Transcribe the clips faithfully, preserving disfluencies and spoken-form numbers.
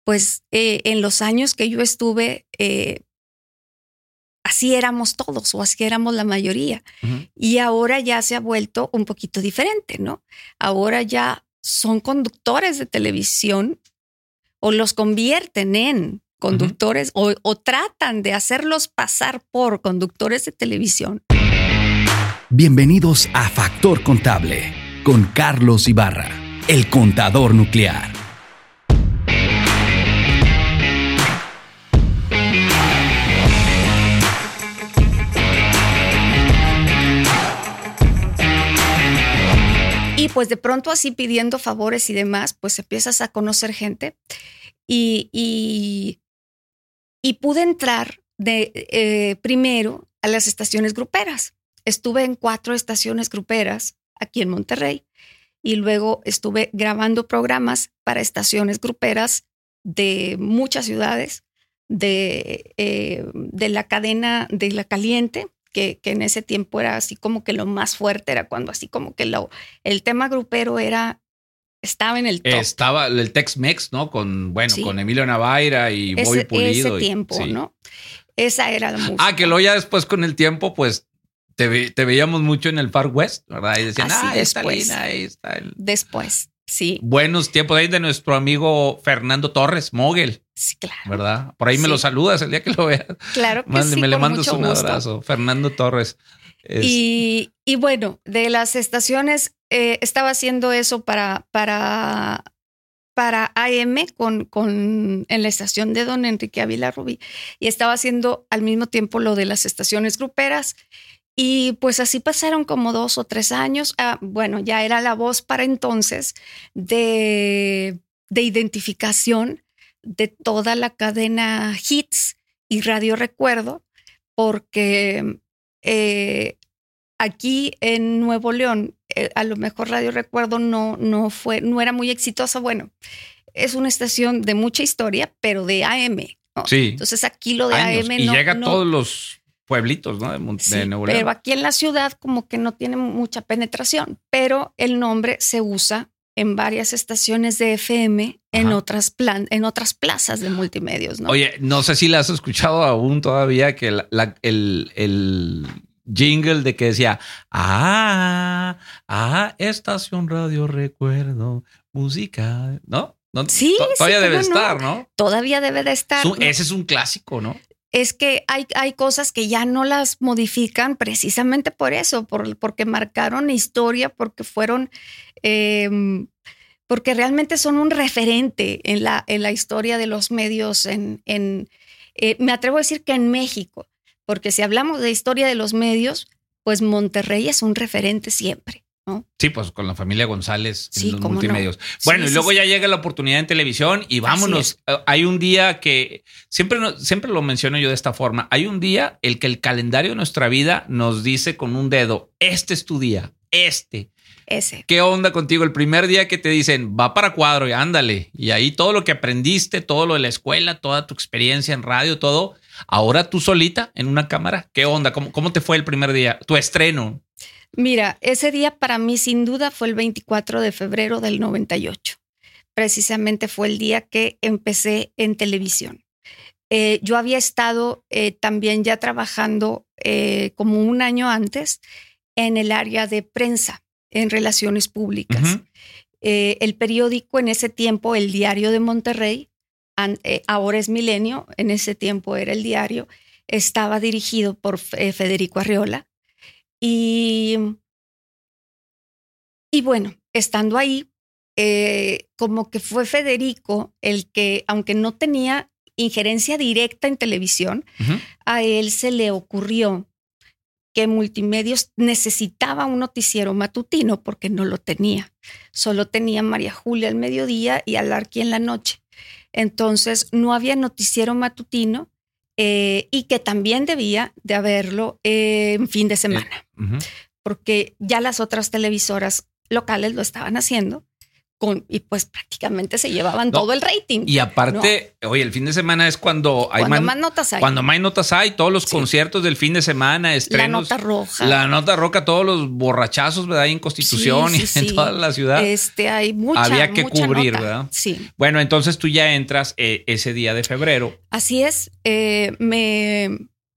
pues eh, en los años que yo estuve, eh, así éramos todos o así éramos la mayoría. Uh-huh. Y ahora ya se ha vuelto un poquito diferente, ¿no? Ahora ya son conductores de televisión o los convierten en conductores uh-huh. o, o tratan de hacerlos pasar por conductores de televisión. Bienvenidos a Factor Contable con Carlos Ibarra, el contador nuclear. Y pues de pronto así pidiendo favores y demás, pues empiezas a conocer gente y, y, y pude entrar de eh, primero a las estaciones gruperas. Estuve en cuatro estaciones gruperas aquí en Monterrey y luego estuve grabando programas para estaciones gruperas de muchas ciudades, de, eh, de la cadena de La Caliente, Que, que en ese tiempo era así como que lo más fuerte, era cuando así como que lo, el tema grupero era, estaba en el top. Estaba el Tex-Mex, ¿no? Con, bueno, sí. con Emilio Navaira y ese, Bobby Pulido. Ese tiempo, y, sí. ¿no? Esa era la música. Ah, que luego ya después con el tiempo, pues, te, ve, te veíamos mucho en el Far West, ¿verdad? Y decían, así ah, después, está Lina, ahí está el... Después, sí. Buenos tiempos ahí de nuestro amigo Fernando Torres, Mogel. Sí, claro. ¿Verdad? Por ahí sí. me lo saludas el día que lo veas. Claro que Mándeme, sí, le con mando mucho un gusto. abrazo. Fernando Torres. Es... Y, y bueno, de las estaciones, eh, estaba haciendo eso para, para, para A M con, con, en la estación de don Enrique Ávila Rubí. Y estaba haciendo al mismo tiempo lo de las estaciones gruperas. Y pues así pasaron como dos o tres años. Ah, bueno, ya era la voz para entonces de, de identificación de toda la cadena Hits y Radio Recuerdo, porque eh, aquí en Nuevo León, eh, a lo mejor Radio Recuerdo no, no, fue, no era muy exitosa. Bueno, es una estación de mucha historia, pero de A M, ¿no? Sí. Entonces aquí lo de Años. A M y no. Y llega a no, todos los pueblitos, ¿no? De, Mont- sí, de Nuevo León. Pero aquí en la ciudad como que no tiene mucha penetración, pero el nombre se usa en varias estaciones de F M en otras, plan, en otras plazas de multimedios, ¿no? Oye, no sé si la has escuchado aún todavía, que la, la, el, el jingle de que decía, ah, ah, estación Radio Recuerdo, música, ¿no? ¿No? Sí, todavía sí, debe no? estar, ¿no? Todavía debe de estar. Su, ¿no? Ese es un clásico, ¿no? Es que hay, hay cosas que ya no las modifican precisamente por eso, por, porque marcaron historia, porque fueron, eh, porque realmente son un referente en la, en la historia de los medios. En, en eh, me atrevo a decir que en México, porque si hablamos de historia de los medios, pues Monterrey es un referente siempre, ¿no? Sí, pues con la familia González en sí, los cómo multimedios. No. Bueno, sí, y luego sí, ya sí. llega la oportunidad en televisión y vámonos. Hay un día que siempre, siempre lo menciono yo de esta forma. Hay un día el que el calendario de nuestra vida nos dice con un dedo, este es tu día, este. Ese. ¿Qué onda contigo? El primer día que te dicen, va para cuadro y ándale. Y ahí todo lo que aprendiste, todo lo de la escuela, toda tu experiencia en radio, todo. Ahora tú solita en una cámara. ¿Qué onda? ¿Cómo, cómo te fue el primer día? Tu estreno. Mira, ese día para mí sin duda fue el veinticuatro de febrero del noventa y ocho. Precisamente fue el día que empecé en televisión. Eh, yo había estado eh, también ya trabajando eh, como un año antes en el área de prensa, en relaciones públicas. Uh-huh. Eh, el periódico en ese tiempo, el Diario de Monterrey, an, eh, ahora es Milenio, en ese tiempo era el Diario, estaba dirigido por eh, Federico Arriola. Y, y bueno, estando ahí, eh, como que fue Federico el que, aunque no tenía injerencia directa en televisión, uh-huh. a él se le ocurrió que Multimedios necesitaba un noticiero matutino porque no lo tenía. Solo tenía María Julia al mediodía y Alarqui en la noche. Entonces no había noticiero matutino. Eh, y que también debía de haberlo eh, en fin de semana, eh, uh-huh. porque ya las otras televisoras locales lo estaban haciendo con, y pues prácticamente se llevaban no, todo el rating. Y aparte, ¿no? Oye, el fin de semana es cuando hay cuando man, más notas hay. Cuando más notas hay, todos los sí. conciertos del fin de semana, estrenos. La nota roja. La nota roja, todos los borrachazos, ¿verdad? En Constitución sí, sí, y en sí. toda la ciudad. Este, hay mucha Había que mucha cubrir, nota. ¿verdad? Sí. Bueno, entonces tú ya entras eh, ese día de febrero. Así es. Eh, me...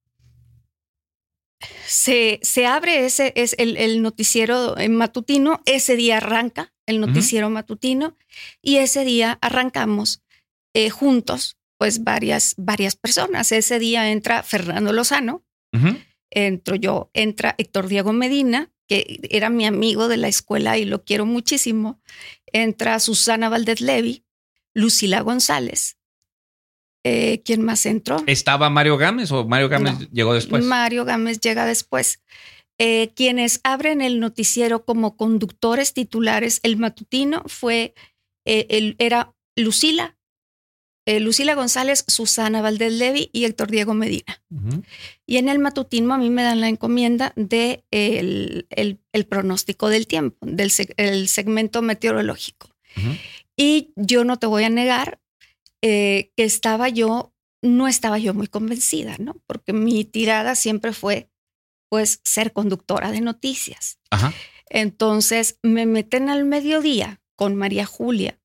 Se, se abre ese es el, el noticiero matutino, ese día arranca el noticiero uh-huh. matutino y ese día arrancamos eh, juntos, pues varias, varias personas. Ese día entra Fernando Lozano, uh-huh. entro yo, entra Héctor Diego Medina, que era mi amigo de la escuela y lo quiero muchísimo, entra Susana Valdez Levy, Lucila González. Eh, ¿Quién más entró? ¿Estaba Mario Gámez o Mario Gámez no, llegó después? Mario Gámez llega después. Eh, quienes abren el noticiero como conductores titulares, el matutino fue, eh, el, era Lucila, eh, Lucila González, Susana Valdez Levy y Héctor Diego Medina. Uh-huh. Y en el matutino a mí me dan la encomienda de el, el, el pronóstico del tiempo, del seg- el segmento meteorológico. Uh-huh. Y yo no te voy a negar Eh, que estaba yo, no estaba yo muy convencida, ¿no? Porque mi tirada siempre fue, pues, ser conductora de noticias. Ajá. Entonces, me meten al mediodía con María Julia.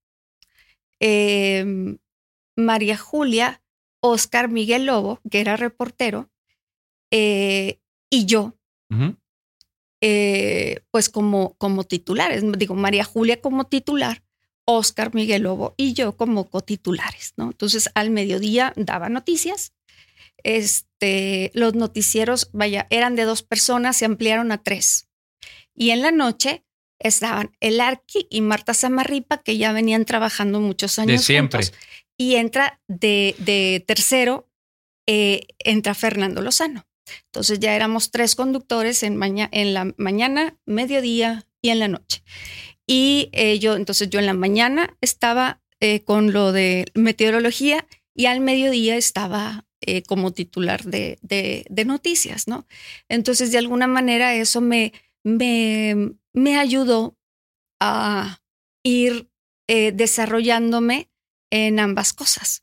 Eh, María Julia, Oscar Miguel Lobo, que era reportero, eh, y yo, uh-huh. eh, pues, como, como titulares. Digo, María Julia como titular, Oscar Miguel Lobo y yo como cotitulares, ¿no? Entonces, al mediodía daba noticias. Este, los noticieros, vaya, eran de dos personas, se ampliaron a tres. Y en la noche estaban el Arqui y Marta Zamarripa, que ya venían trabajando muchos años de siempre. juntos. Y entra de, de tercero, eh, entra Fernando Lozano. Entonces, ya éramos tres conductores en, maña- en la mañana, mediodía y en la noche. Y eh, yo, entonces yo en la mañana estaba eh, con lo de meteorología y al mediodía estaba eh, como titular de, de, de noticias, ¿no? Entonces, de alguna manera eso me, me, me ayudó a ir eh, desarrollándome en ambas cosas.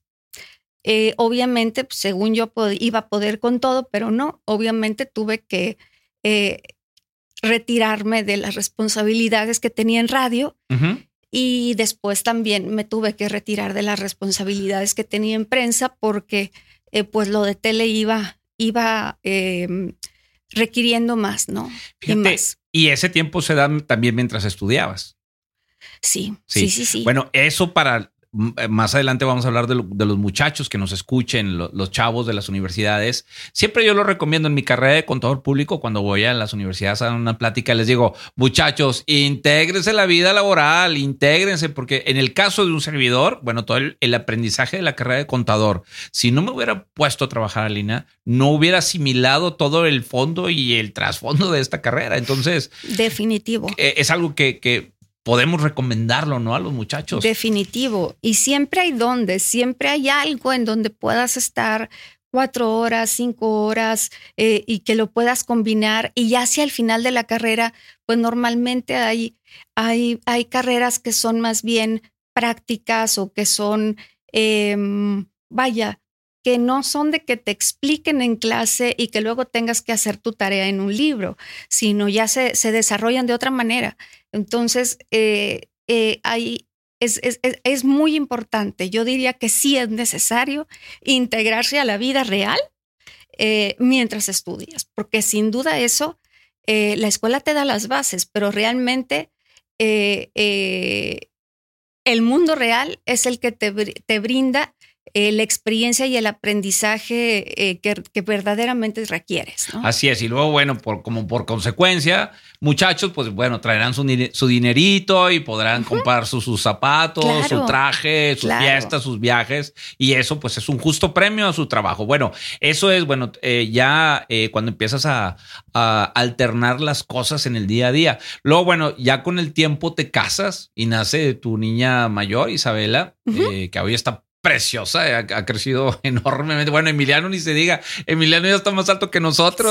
Eh, obviamente, pues, según yo pod- iba a poder con todo, pero no, obviamente tuve que... Eh, retirarme de las responsabilidades que tenía en radio uh-huh. y después también me tuve que retirar de las responsabilidades que tenía en prensa porque eh, pues lo de tele iba, iba eh, requiriendo más, ¿no? Fíjate, y más. Y ese tiempo se da también mientras estudiabas. Sí, sí, sí, sí. sí. Bueno, eso para... Más adelante vamos a hablar de, lo, de los muchachos que nos escuchen, lo, los chavos de las universidades. Siempre yo lo recomiendo en mi carrera de contador público. Cuando voy a las universidades a dar una plática, les digo, muchachos, intégrense en la vida laboral, intégrense, porque en el caso de un servidor, bueno, todo el, el aprendizaje de la carrera de contador, si no me hubiera puesto a trabajar a Lina, no hubiera asimilado todo el fondo y el trasfondo de esta carrera. Entonces, definitivo. Es algo que... que podemos recomendarlo, ¿no? A los muchachos. Definitivo. Y siempre hay donde, siempre hay algo en donde puedas estar cuatro horas, cinco horas eh, y que lo puedas combinar. Y ya hacia el final de la carrera, pues normalmente hay, hay, hay carreras que son más bien prácticas o que son, eh, vaya, que no son de que te expliquen en clase y que luego tengas que hacer tu tarea en un libro, sino ya se, se desarrollan de otra manera. Entonces, eh, eh, hay, es, es, es muy importante. Yo diría que sí es necesario integrarse a la vida real eh, mientras estudias, porque sin duda eso, eh, la escuela te da las bases, pero realmente eh, eh, el mundo real es el que te, te brinda Eh, la experiencia y el aprendizaje eh, que, que verdaderamente requieres, ¿no? Así es. Y luego, bueno, por, como por consecuencia, muchachos, pues bueno, traerán su, su dinerito y podrán uh-huh. comprar sus, sus zapatos, claro, su traje, sus claro. fiestas, sus viajes. Y eso, pues, es un justo premio a su trabajo. Bueno, eso es, bueno, eh, ya eh, cuando empiezas a, a alternar las cosas en el día a día. Luego, bueno, ya con el tiempo te casas y nace tu niña mayor, Isabela, uh-huh. eh, que hoy está preciosa, ha, ha crecido enormemente. Bueno, Emiliano ni se diga, Emiliano ya está más alto que nosotros.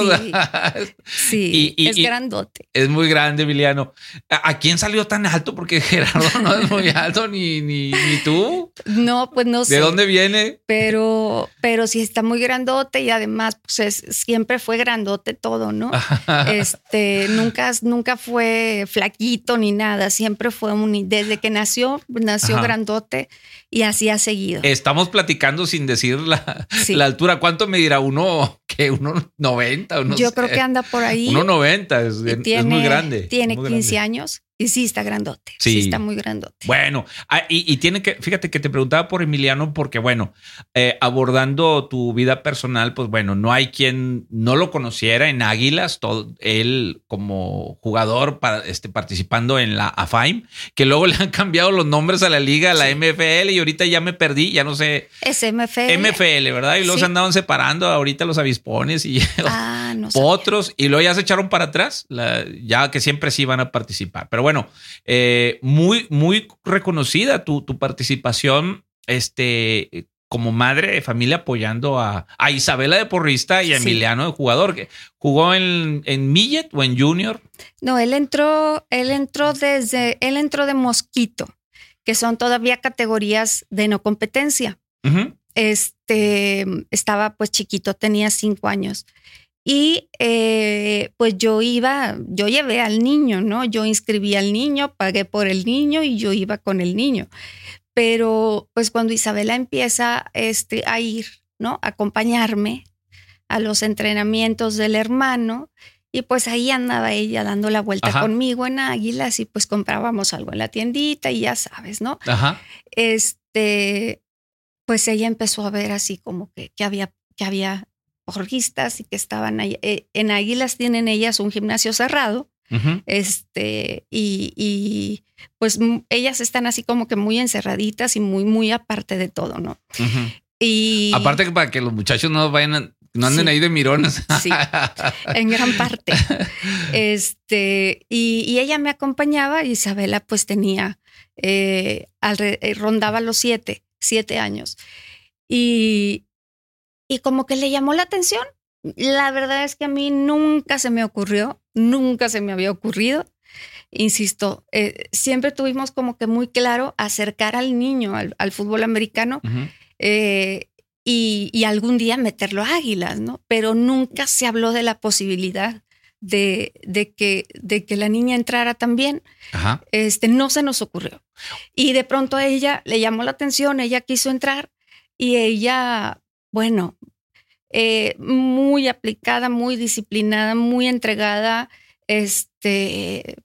Sí, sí y, y, es grandote. Es muy grande, Emiliano. ¿A, ¿A quién salió tan alto? Porque Gerardo no es muy alto, ni, ni, ni tú. No, pues no sé. ¿De dónde viene? Pero, pero sí está muy grandote y además pues es, siempre fue grandote todo, ¿no? este, nunca, nunca fue flaquito ni nada, siempre fue un, desde que nació, nació Ajá. grandote y así ha seguido. Estamos platicando sin decir la, sí. la altura. ¿Cuánto me dirá uno? ¿Qué? ¿uno noventa? No Yo sé. creo que anda por ahí. uno noventa, es, tiene, es muy grande. Tiene muy quince grande. años. Y sí, está grandote. Sí. sí, está muy grandote. Bueno, y, y tiene que, fíjate que te preguntaba por Emiliano porque, bueno, eh, abordando tu vida personal, pues bueno, no hay quien no lo conociera en Águilas, todo, él como jugador para, este, participando en la A F A I M, que luego le han cambiado los nombres a la liga, a la sí. M F L, y ahorita ya me perdí, ya no sé. Es M F L. M F L, ¿verdad? Y luego sí. se andaban separando ahorita los avispones y ah, no otros, y luego ya se echaron para atrás, la, ya que siempre sí van a participar. Pero bueno, eh, muy, muy reconocida tu, tu participación este, como madre de familia apoyando a, a Isabela de porrista y a sí. Emiliano de jugador. Que ¿Jugó en, en Millet o en Junior? No, él entró, él entró desde, él entró de Mosquito, que son todavía categorías de no competencia. Uh-huh. Este, estaba pues chiquito, tenía cinco años. Y eh, pues yo iba, yo llevé al niño, ¿no? Yo inscribí al niño, pagué por el niño y yo iba con el niño. Pero pues cuando Isabela empieza este, a ir, ¿no? A acompañarme a los entrenamientos del hermano, y pues ahí andaba ella dando la vuelta Ajá. conmigo en Águilas y pues comprábamos algo en la tiendita y ya sabes, ¿no? Ajá. Este, pues ella empezó a ver así como que, que había, que había porristas y que estaban ahí. Eh, en Águilas tienen ellas un gimnasio cerrado. Uh-huh. Este, y, y pues m- ellas están así como que muy encerraditas y muy, muy aparte de todo, ¿no? Uh-huh. Y aparte que para que los muchachos no vayan a, no anden sí, ahí de mirones. Sí, en gran parte. Este, y, y ella me acompañaba. Isabela pues tenía, eh, alre- rondaba los siete, siete años. Y Y como que le llamó la atención. La verdad es que a mí nunca se me ocurrió, nunca se me había ocurrido. Insisto, eh, siempre tuvimos como que muy claro acercar al niño al, al fútbol americano uh-huh. eh, y, y algún día meterlo a Águilas, ¿no? Pero nunca se habló de la posibilidad de, de, que, de que la niña entrara también. Uh-huh. Este, no se nos ocurrió. Y de pronto a ella le llamó la atención, ella quiso entrar y ella... Bueno, eh, muy aplicada, muy disciplinada, muy entregada, este,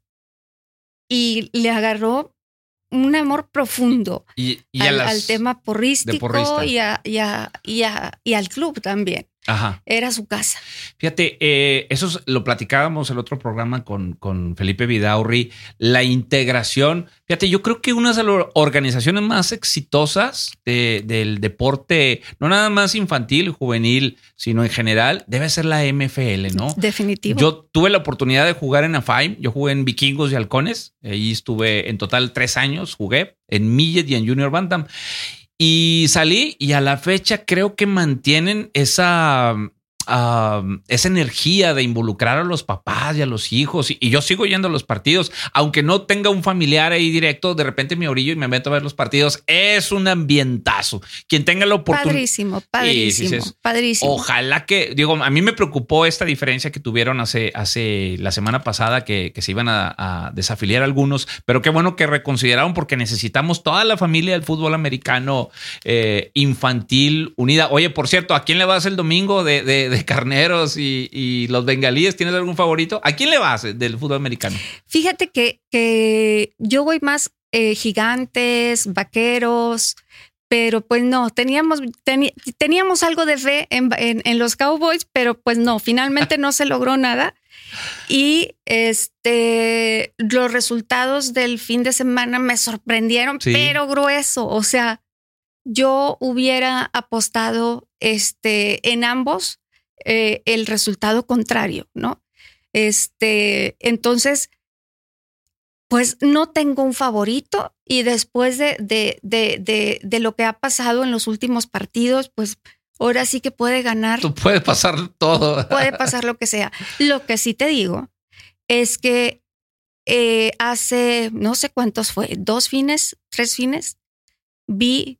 y le agarró un amor profundo y, y al, las, al tema porrístico y, a, y, a, y, a, y al club también. Ajá. Era su casa. Fíjate, eh, eso lo platicábamos el otro programa con, con Felipe Vidaurri, la integración. Fíjate, yo creo que una de las organizaciones más exitosas de, del deporte, no nada más infantil, juvenil, sino en general, debe ser la M F L, ¿no? Definitivo. Yo tuve la oportunidad de jugar en A F A I M, yo jugué en Vikingos y Halcones, ahí estuve en total tres años, jugué en Millet y en Junior Bantam. Y salí y a la fecha creo que mantienen esa, uh, esa energía de involucrar a los papás y a los hijos. Y, y yo sigo yendo a los partidos, aunque no tenga un familiar ahí directo, de repente me orillo y me meto a ver los partidos. Es un ambientazo. Quien tenga la oportunidad. Padrísimo, padrísimo, sí, sí, sí. padrísimo. Ojalá que, digo, a mí me preocupó esta diferencia que tuvieron hace, hace la semana pasada, que, que se iban a, a desafiliar algunos, pero qué bueno que reconsideraron porque necesitamos toda la familia del fútbol americano eh, infantil unida. Oye, por cierto, ¿a quién le vas el domingo de, de, de Carneros y, y los Bengalíes? ¿Tienes algún favorito? ¿A quién le vas del fútbol americano? Fíjate que, que yo voy más eh, Gigantes, Vaqueros, pero pues no, teníamos, teni, teníamos algo de fe en, en, en los Cowboys, pero pues no, finalmente no se logró nada. Y este, los resultados del fin de semana me sorprendieron, sí. pero grueso. O sea, yo hubiera apostado este, en ambos eh, el resultado contrario, ¿no? Este, entonces, Pues no tengo un favorito y después de, de, de, de, de lo que ha pasado en los últimos partidos, pues ahora sí que puede ganar. Tú puedes pasar todo. Puede pasar lo que sea. Lo que sí te digo es que eh, hace no sé cuántos fue, dos fines, tres fines, vi,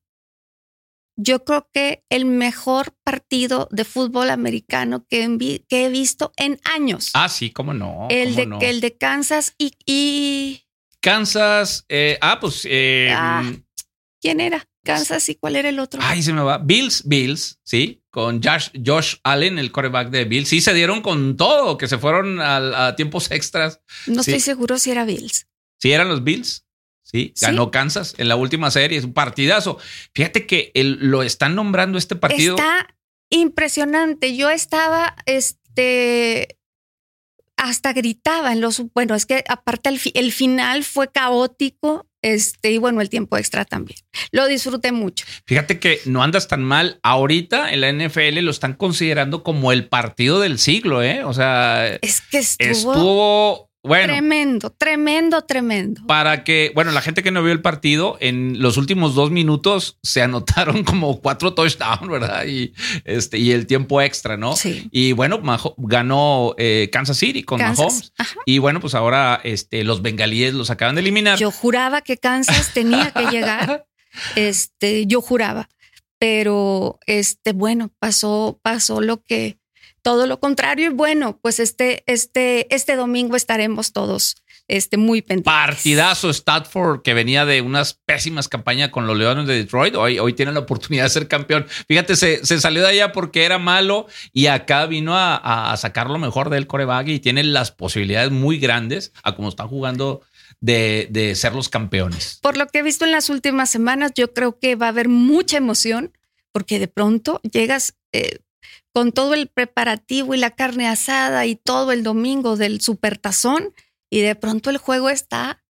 yo creo que el mejor partido de fútbol americano que, envi- que he visto en años. Ah, sí, cómo no. el, cómo de, no. el de Kansas y... y Kansas. Eh, ah, pues. Eh, ah, ¿quién era? Kansas y ¿cuál era el otro? Ay, se me va. Bills, Bills, sí, con Josh, Josh Allen, el quarterback de Bills. Sí, se dieron con todo, que se fueron a, a tiempos extras. No sí. estoy seguro si era Bills. Sí, eran los Bills. Sí, ganó sí. Kansas en la última serie. Es un partidazo. Fíjate que el, lo están nombrando este partido. Está impresionante. Yo estaba, este, hasta gritaba en los. Bueno, es que aparte el, el final fue caótico. Este, y bueno, el tiempo extra también. Lo disfruté mucho. Fíjate que no andas tan mal. Ahorita en la N F L lo están considerando como el partido del siglo, ¿eh? O sea, es que estuvo, estuvo bueno. Tremendo, tremendo, tremendo. Para que, bueno, la gente que no vio el partido, en los últimos dos minutos se anotaron como cuatro touchdowns, ¿verdad? Y este, y el tiempo extra, ¿no? Sí. Y bueno, Maho- ganó eh, Kansas City con Kansas. Mahomes. Ajá. Y bueno, pues ahora este, los bengalíes los acaban de eliminar. Yo juraba que Kansas tenía que llegar. Este, yo juraba. Pero este, bueno, pasó, pasó lo que, todo lo contrario. Y bueno, pues este, este, este domingo estaremos todos este, muy pendientes. Partidazo Stafford, que venía de unas pésimas campañas con los Leones de Detroit. Hoy, hoy tiene la oportunidad de ser campeón. Fíjate, se, se salió de allá porque era malo y acá vino a, a sacar lo mejor del quarterback y tiene las posibilidades muy grandes a como están jugando de, de ser los campeones. Por lo que he visto en las últimas semanas, yo creo que va a haber mucha emoción porque de pronto llegas eh, con todo el preparativo y la carne asada y todo el domingo del supertazón y de pronto el juego está,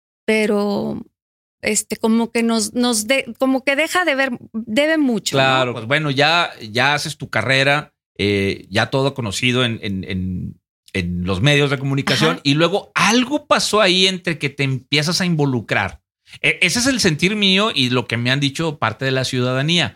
pero este como que nos, nos de, como que deja de ver, debe mucho. Claro, ¿no? pues bueno, ya, ya haces tu carrera, eh, ya todo conocido en, en, en, en los medios de comunicación. Ajá. Y luego algo pasó ahí entre que te empiezas a involucrar. E- ese es el sentir mío y lo que me han dicho parte de la ciudadanía.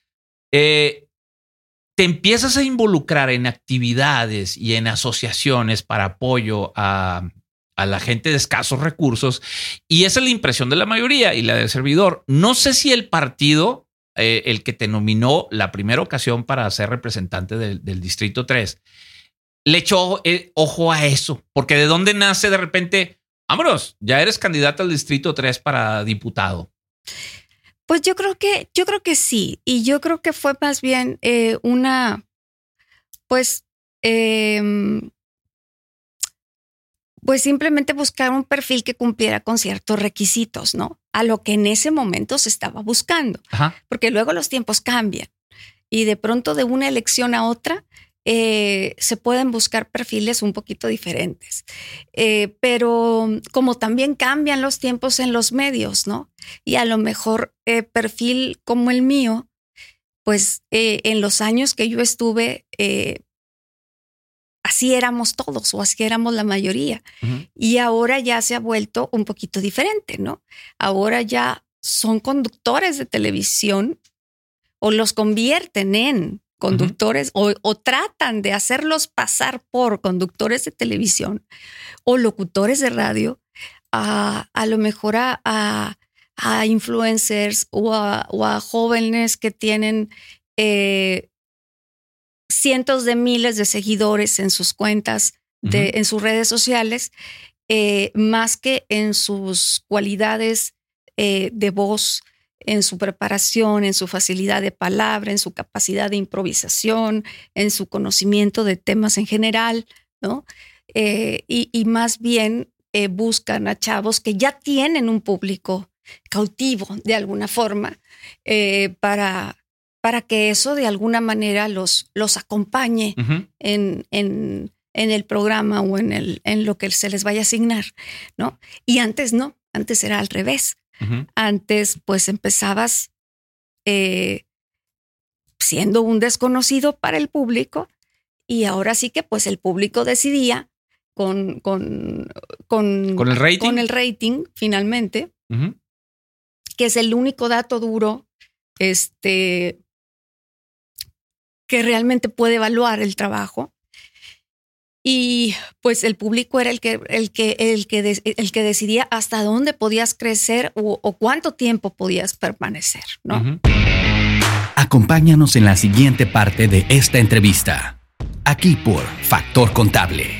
Eh, te empiezas a involucrar en actividades y en asociaciones para apoyo a, a la gente de escasos recursos y esa es la impresión de la mayoría y la del servidor. No sé si el partido, eh, el que te nominó la primera ocasión para ser representante del, del Distrito tres, le echó eh, ojo a eso, porque de dónde nace de repente, vámonos, ya eres candidato al Distrito tres para diputado. Pues yo creo que, yo creo que sí. Y yo creo que fue más bien eh, una, pues, eh, pues simplemente buscar un perfil que cumpliera con ciertos requisitos, ¿no? A lo que en ese momento se estaba buscando. Ajá. Porque luego los tiempos cambian y de pronto de una elección a otra eh, se pueden buscar perfiles un poquito diferentes. Eh, pero como también cambian los tiempos en los medios, ¿no? Y a lo mejor eh, perfil como el mío, pues eh, en los años que yo estuve, eh, así éramos todos o así éramos la mayoría. Uh-huh. Y ahora ya se ha vuelto un poquito diferente, ¿no? Ahora ya son conductores de televisión o los convierten en conductores uh-huh. o, o tratan de hacerlos pasar por conductores de televisión o locutores de radio, a, a lo mejor a, a, a influencers o a, o a jóvenes que tienen eh, cientos de miles de seguidores en sus cuentas, de, uh-huh. en sus redes sociales, eh, más que en sus cualidades eh, de voz, en su preparación, en su facilidad de palabra, en su capacidad de improvisación, en su conocimiento de temas en general, ¿no? Eh, y, y más bien eh, buscan a chavos que ya tienen un público cautivo de alguna forma eh, para, para que eso de alguna manera los, los acompañe uh-huh. en, en, en el programa o en, el, en lo que se les vaya a asignar, ¿no? Y antes no, antes era al revés. Uh-huh. Antes, pues empezabas eh, siendo un desconocido para el público y ahora sí que pues el público decidía con, con, con, ¿Con el rating? Con el rating, finalmente, Uh-huh. que es el único dato duro este, que realmente puede evaluar el trabajo. Y pues el público era el que, el que, el que, de, el que decidía hasta dónde podías crecer o, o cuánto tiempo podías permanecer, ¿no? Uh-huh. Acompáñanos en la siguiente parte de esta entrevista, aquí por Factor Contable.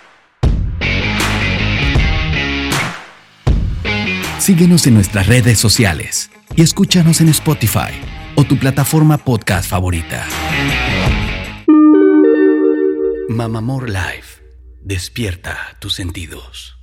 Síguenos en nuestras redes sociales y escúchanos en Spotify o tu plataforma podcast favorita. Mamamor Live. Despierta tus sentidos.